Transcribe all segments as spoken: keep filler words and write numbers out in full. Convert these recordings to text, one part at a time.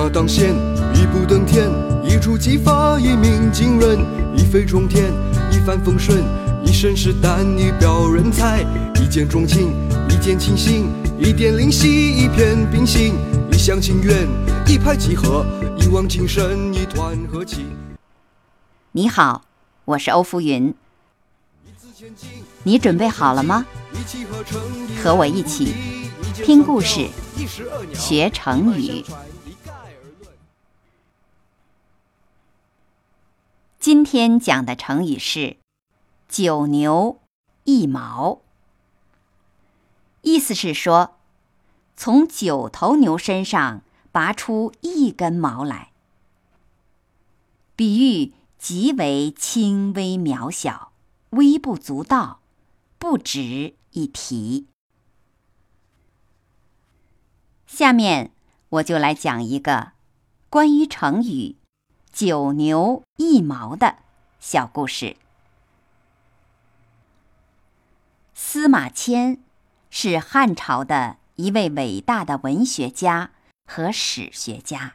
马当先，一步登天，一触即发，一鸣惊人，一飞冲天，一帆风顺，一身是胆，一表人才，一见钟情，一见倾心，一点灵犀，一片冰心，一厢情愿，一拍即合，一往情深，一团和气。 你好，我是欧福云，你准备好了吗？和我一起听故事，学成语。今天讲的成语是九牛一毛，意思是说，从九头牛身上拔出一根毛来，比喻极为轻微渺小，微不足道，不值一提。下面我就来讲一个关于成语九牛一毛的小故事。司马迁是汉朝的一位伟大的文学家和史学家，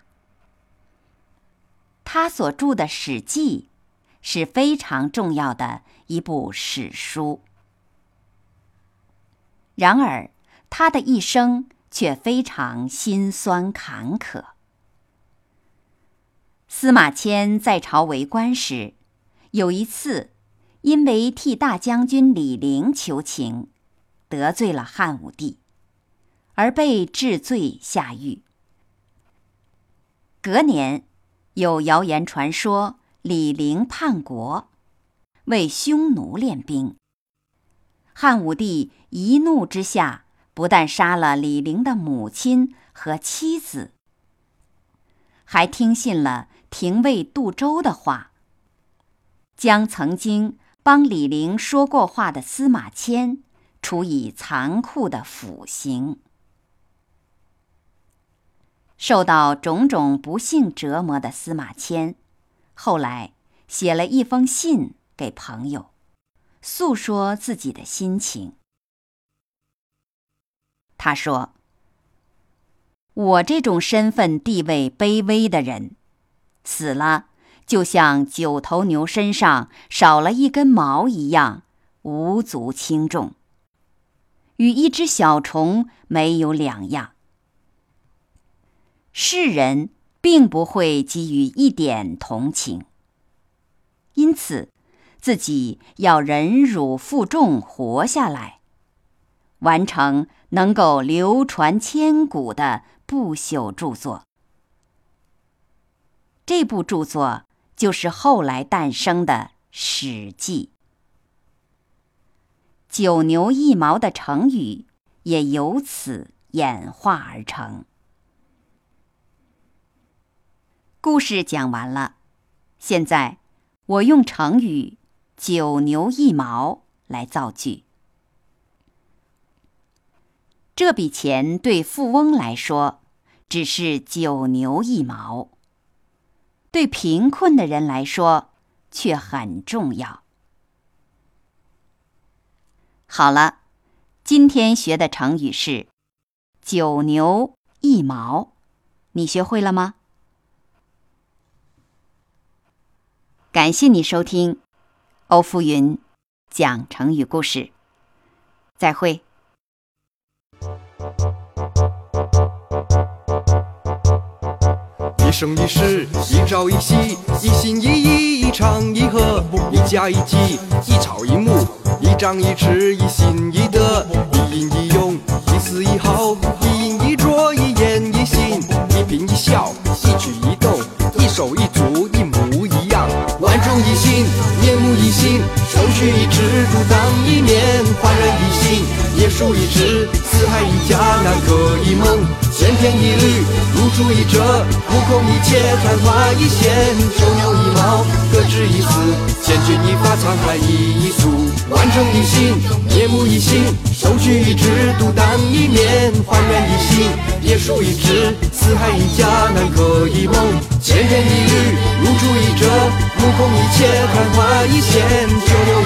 他所著的《史记》是非常重要的一部史书。然而，他的一生却非常辛酸坎坷。司马迁在朝为官时，有一次因为替大将军李陵求情，得罪了汉武帝，而被治罪下狱。隔年，有谣言传说李陵叛国，为匈奴练兵。汉武帝一怒之下，不但杀了李陵的母亲和妻子，还听信了廷尉杜周的话，将曾经帮李陵说过话的司马迁处以残酷的腐刑。受到种种不幸折磨的司马迁，后来写了一封信给朋友，诉说自己的心情。他说：我这种身份地位卑微的人，死了就像九头牛身上少了一根毛一样，无足轻重，与一只小虫没有两样。世人并不会给予一点同情，因此自己要忍辱负重活下来，完成能够流传千古的不朽著作。这部著作就是后来诞生的《史记》。九牛一毛的成语也由此演化而成。故事讲完了，现在我用成语九牛一毛来造句。这笔钱对富翁来说只是九牛一毛，对贫困的人来说却很重要。好了，今天学的成语是九牛一毛，你学会了吗？感谢你收听欧福云讲成语故事，再会。 一生一世，一朝一夕，一心一意，一唱一和，一家一计，一草一木，一张一弛，一心一德，一饮一用，一丝一毫，一饮一啄，一言一行，一颦一笑，一举一动，一手一足，一模一样，万众一心，面目一新，手取一指，独当一面，焕然一新，叶树一枝，四海一家，南柯一梦，千篇一律，如出一辙，目空一切，昙花一现，九牛一毛，各执一词，千钧一发，沧海一粟，万众一心，面目一新，手取一指，独当一面，焕然一新，叶树一枝，四海一家，南柯一梦，千篇一律，如出一辙，目空一切，昙花一现，九牛